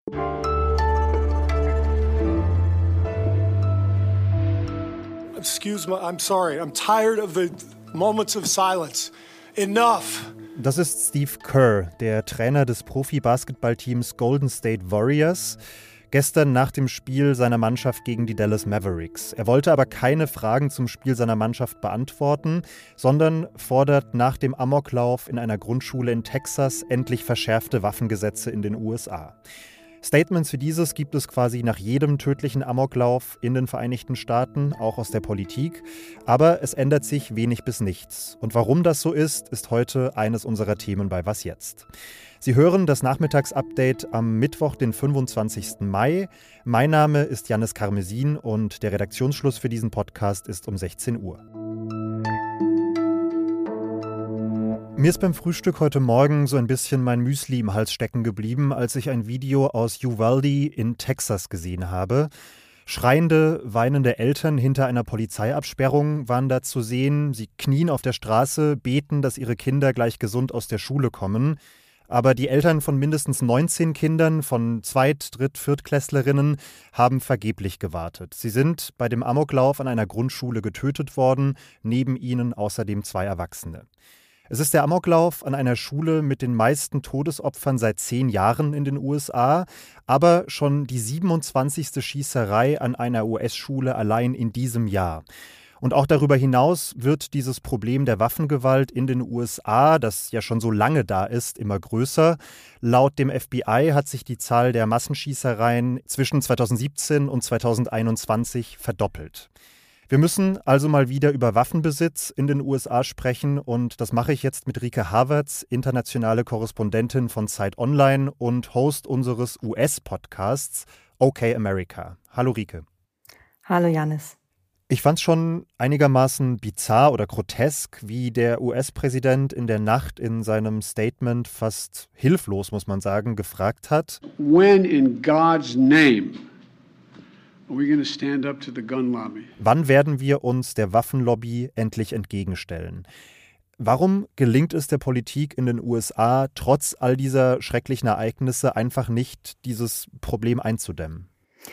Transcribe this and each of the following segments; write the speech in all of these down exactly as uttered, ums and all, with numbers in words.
Excuse me, I'm sorry. I'm tired of the moments of silence. Enough. Das ist Steve Kerr, der Trainer des Profi-Basketballteams Golden State Warriors. Gestern nach dem Spiel seiner Mannschaft gegen die Dallas Mavericks. Er wollte aber keine Fragen zum Spiel seiner Mannschaft beantworten, sondern fordert nach dem Amoklauf in einer Grundschule in Texas endlich verschärfte Waffengesetze in den U S A. Statements wie dieses gibt es quasi nach jedem tödlichen Amoklauf in den Vereinigten Staaten, auch aus der Politik. Aber es ändert sich wenig bis nichts. Und warum das so ist, ist heute eines unserer Themen bei Was jetzt? Sie hören das Nachmittagsupdate am Mittwoch, den fünfundzwanzigsten Mai. Mein Name ist Jannis Karmesin und der Redaktionsschluss für diesen Podcast ist um sechzehn Uhr. Mir ist beim Frühstück heute Morgen so ein bisschen mein Müsli im Hals stecken geblieben, als ich ein Video aus Uvalde in Texas gesehen habe. Schreiende, weinende Eltern hinter einer Polizeiabsperrung waren da zu sehen. Sie knien auf der Straße, beten, dass ihre Kinder gleich gesund aus der Schule kommen. Aber die Eltern von mindestens neunzehn Kindern, von Zweit-, Dritt-, Viertklässlerinnen, haben vergeblich gewartet. Sie sind bei dem Amoklauf an einer Grundschule getötet worden, neben ihnen außerdem zwei Erwachsene. Es ist der Amoklauf an einer Schule mit den meisten Todesopfern seit zehn Jahren in den U S A, aber schon die siebenundzwanzigste Schießerei an einer U S-Schule allein in diesem Jahr. Und auch darüber hinaus wird dieses Problem der Waffengewalt in den U S A, das ja schon so lange da ist, immer größer. Laut dem F B I hat sich die Zahl der Massenschießereien zwischen zweitausendsiebzehn und zweitausendeinundzwanzig verdoppelt. Wir müssen also mal wieder über Waffenbesitz in den U S A sprechen und das mache ich jetzt mit Rike Havertz, internationale Korrespondentin von Zeit Online und Host unseres U S-Podcasts Okay America. Hallo Rike. Hallo Jannis. Ich fand es schon einigermaßen bizarr oder grotesk, wie der U S-Präsident in der Nacht in seinem Statement fast hilflos, muss man sagen, gefragt hat: When in God's name are we going to stand up to the gun lobby? Wann werden wir uns der Waffenlobby endlich entgegenstellen? Warum gelingt es der Politik in den U S A, trotz all dieser schrecklichen Ereignisse einfach nicht, dieses Problem einzudämmen?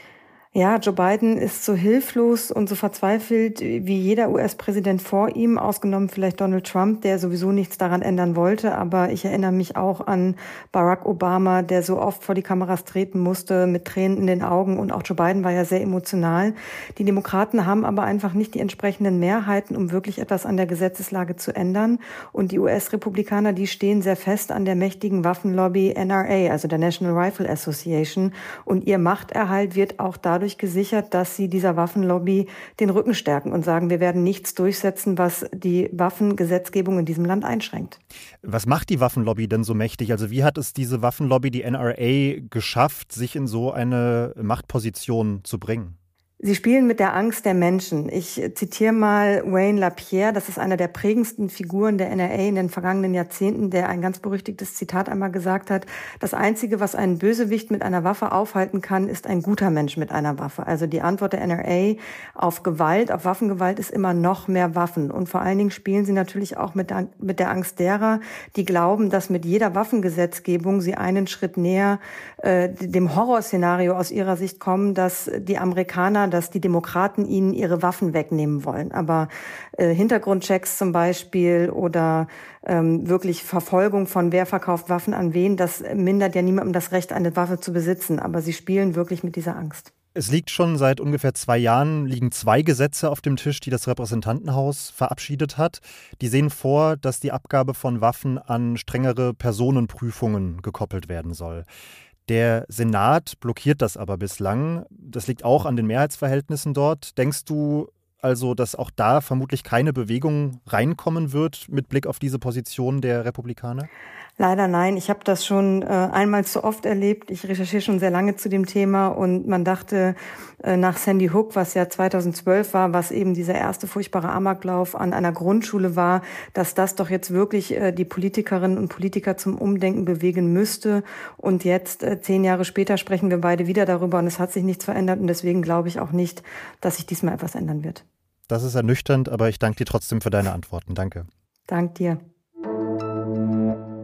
Ja, Joe Biden ist so hilflos und so verzweifelt wie jeder U S-Präsident vor ihm, ausgenommen vielleicht Donald Trump, der sowieso nichts daran ändern wollte. Aber ich erinnere mich auch an Barack Obama, der so oft vor die Kameras treten musste mit Tränen in den Augen. Und auch Joe Biden war ja sehr emotional. Die Demokraten haben aber einfach nicht die entsprechenden Mehrheiten, um wirklich etwas an der Gesetzeslage zu ändern. Und die U S-Republikaner, die stehen sehr fest an der mächtigen Waffenlobby N R A, also der National Rifle Association. Und ihr Machterhalt wird auch dadurch gesichert, dass sie dieser Waffenlobby den Rücken stärken und sagen, wir werden nichts durchsetzen, was die Waffengesetzgebung in diesem Land einschränkt. Was macht die Waffenlobby denn so mächtig? Also wie hat es diese Waffenlobby, die N R A, geschafft, sich in so eine Machtposition zu bringen? Sie spielen mit der Angst der Menschen. Ich zitiere mal Wayne LaPierre, das ist einer der prägendsten Figuren der N R A in den vergangenen Jahrzehnten, der ein ganz berüchtigtes Zitat einmal gesagt hat: Das Einzige, was einen Bösewicht mit einer Waffe aufhalten kann, ist ein guter Mensch mit einer Waffe. Also die Antwort der N R A auf Gewalt, auf Waffengewalt ist immer noch mehr Waffen. Und vor allen Dingen spielen sie natürlich auch mit der, mit der Angst derer, die glauben, dass mit jeder Waffengesetzgebung sie einen Schritt näher äh, dem Horrorszenario aus ihrer Sicht kommen, dass die Amerikaner, dass die Demokraten ihnen ihre Waffen wegnehmen wollen. Aber äh, Hintergrundchecks zum Beispiel oder ähm, wirklich Verfolgung von wer verkauft Waffen an wen, das mindert ja niemandem das Recht, eine Waffe zu besitzen. Aber sie spielen wirklich mit dieser Angst. Es liegt schon seit ungefähr zwei Jahren, liegen zwei Gesetze auf dem Tisch, die das Repräsentantenhaus verabschiedet hat. Die sehen vor, dass die Abgabe von Waffen an strengere Personenprüfungen gekoppelt werden soll. Der Senat blockiert das aber bislang. Das liegt auch an den Mehrheitsverhältnissen dort. Denkst du also, dass auch da vermutlich keine Bewegung reinkommen wird mit Blick auf diese Position der Republikaner? Leider nein. Ich habe das schon äh, einmal zu oft erlebt. Ich recherchiere schon sehr lange zu dem Thema und man dachte äh, nach Sandy Hook, was ja zweitausendzwölf war, was eben dieser erste furchtbare Amoklauf an einer Grundschule war, dass das doch jetzt wirklich äh, die Politikerinnen und Politiker zum Umdenken bewegen müsste. Und jetzt, äh, zehn Jahre später, sprechen wir beide wieder darüber und es hat sich nichts verändert und deswegen glaube ich auch nicht, dass sich diesmal etwas ändern wird. Das ist ernüchternd, aber ich danke dir trotzdem für deine Antworten. Danke. Dank dir.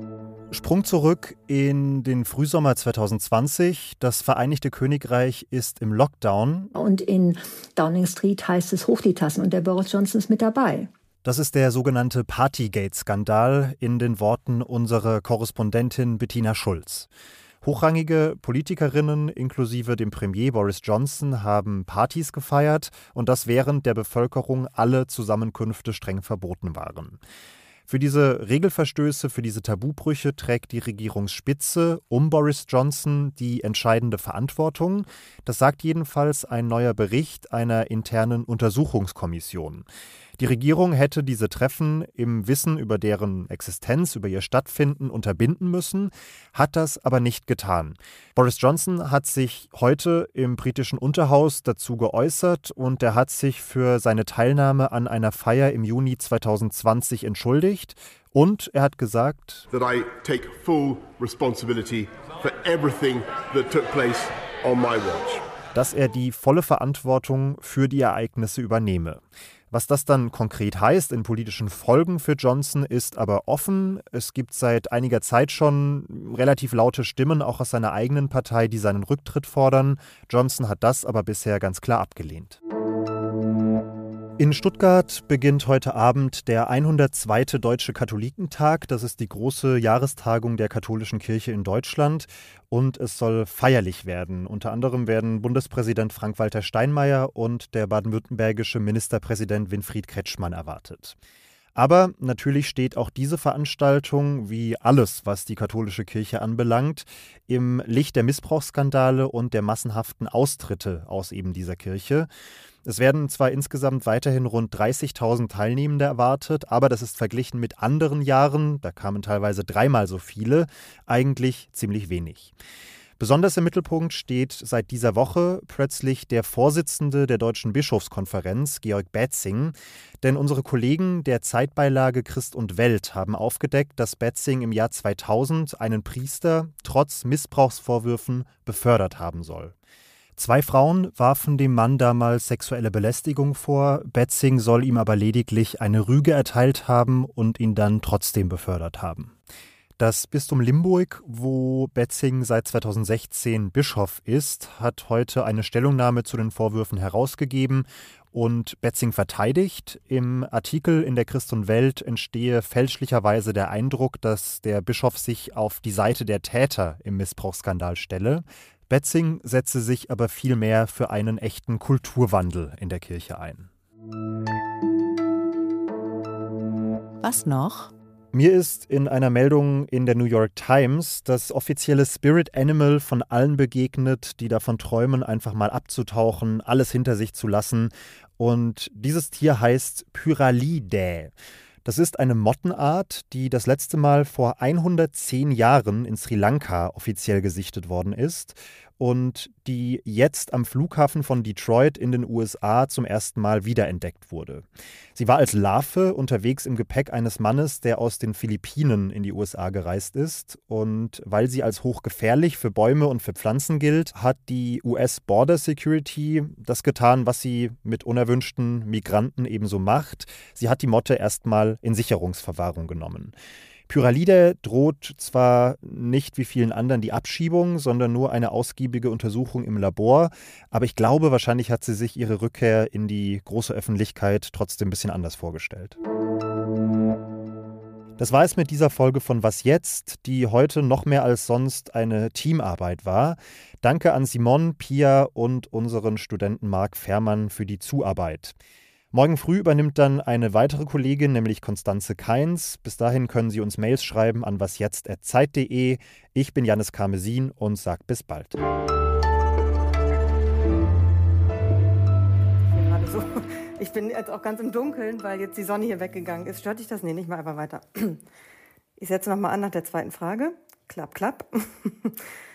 Sprung zurück in den Frühsommer zwanzig zwanzig. Das Vereinigte Königreich ist im Lockdown. Und in Downing Street heißt es hoch die Tassen und der Boris Johnson ist mit dabei. Das ist der sogenannte Partygate-Skandal in den Worten unserer Korrespondentin Bettina Schulz. Hochrangige Politikerinnen inklusive dem Premier Boris Johnson haben Partys gefeiert und das während der Bevölkerung alle Zusammenkünfte streng verboten waren. Für diese Regelverstöße, für diese Tabubrüche trägt die Regierungsspitze um Boris Johnson die entscheidende Verantwortung. Das sagt jedenfalls ein neuer Bericht einer internen Untersuchungskommission. Die Regierung hätte diese Treffen im Wissen über deren Existenz, über ihr Stattfinden unterbinden müssen, hat das aber nicht getan. Boris Johnson hat sich heute im britischen Unterhaus dazu geäußert und er hat sich für seine Teilnahme an einer Feier im Juni zwanzig zwanzig entschuldigt und er hat gesagt, that I take full responsibility for everything that took place on my watch. Dass er die volle Verantwortung für die Ereignisse übernehme. Was das dann konkret heißt in politischen Folgen für Johnson, ist aber offen. Es gibt seit einiger Zeit schon relativ laute Stimmen, auch aus seiner eigenen Partei, die seinen Rücktritt fordern. Johnson hat das aber bisher ganz klar abgelehnt. In Stuttgart beginnt heute Abend der hundertzweite Deutsche Katholikentag. Das ist die große Jahrestagung der katholischen Kirche in Deutschland und es soll feierlich werden. Unter anderem werden Bundespräsident Frank-Walter Steinmeier und der baden-württembergische Ministerpräsident Winfried Kretschmann erwartet. Aber natürlich steht auch diese Veranstaltung, wie alles, was die katholische Kirche anbelangt, im Licht der Missbrauchsskandale und der massenhaften Austritte aus eben dieser Kirche. Es werden zwar insgesamt weiterhin rund dreißigtausend Teilnehmende erwartet, aber das ist verglichen mit anderen Jahren, da kamen teilweise dreimal so viele, eigentlich ziemlich wenig. Besonders im Mittelpunkt steht seit dieser Woche plötzlich der Vorsitzende der Deutschen Bischofskonferenz, Georg Bätzing. Denn unsere Kollegen der Zeitbeilage Christ und Welt haben aufgedeckt, dass Bätzing im Jahr zweitausend einen Priester trotz Missbrauchsvorwürfen befördert haben soll. Zwei Frauen warfen dem Mann damals sexuelle Belästigung vor. Bätzing soll ihm aber lediglich eine Rüge erteilt haben und ihn dann trotzdem befördert haben. Das Bistum Limburg, wo Bätzing seit zweitausendsechzehn Bischof ist, hat heute eine Stellungnahme zu den Vorwürfen herausgegeben und Bätzing verteidigt. Im Artikel in der Christ und Welt entstehe fälschlicherweise der Eindruck, dass der Bischof sich auf die Seite der Täter im Missbrauchsskandal stelle. Bätzing setze sich aber vielmehr für einen echten Kulturwandel in der Kirche ein. Was noch? Mir ist in einer Meldung in der New York Times das offizielle Spirit Animal von allen begegnet, die davon träumen, einfach mal abzutauchen, alles hinter sich zu lassen. Und dieses Tier heißt Pyralidae. Das ist eine Mottenart, die das letzte Mal vor hundertzehn Jahren in Sri Lanka offiziell gesichtet worden ist und die jetzt am Flughafen von Detroit in den U S A zum ersten Mal wiederentdeckt wurde. Sie war als Larve unterwegs im Gepäck eines Mannes, der aus den Philippinen in die U S A gereist ist. Und weil sie als hochgefährlich für Bäume und für Pflanzen gilt, hat die U S Border Security das getan, was sie mit unerwünschten Migranten ebenso macht. Sie hat die Motte erstmal in Sicherungsverwahrung genommen. Pyralidae droht zwar nicht wie vielen anderen die Abschiebung, sondern nur eine ausgiebige Untersuchung im Labor, aber ich glaube, wahrscheinlich hat sie sich ihre Rückkehr in die große Öffentlichkeit trotzdem ein bisschen anders vorgestellt. Das war es mit dieser Folge von Was jetzt, die heute noch mehr als sonst eine Teamarbeit war. Danke an Simon, Pia und unseren Studenten Marc Fährmann für die Zuarbeit. Morgen früh übernimmt dann eine weitere Kollegin, nämlich Konstanze Kainz. Bis dahin können Sie uns Mails schreiben an wasjetzt at zeit punkt de. Ich bin Jannis Karmesin und sag bis bald. Ich bin jetzt auch ganz im Dunkeln, weil jetzt die Sonne hier weggegangen ist. Stört dich das? Nee, nicht mal einfach weiter. Ich setze nochmal an nach der zweiten Frage. Klapp, klapp.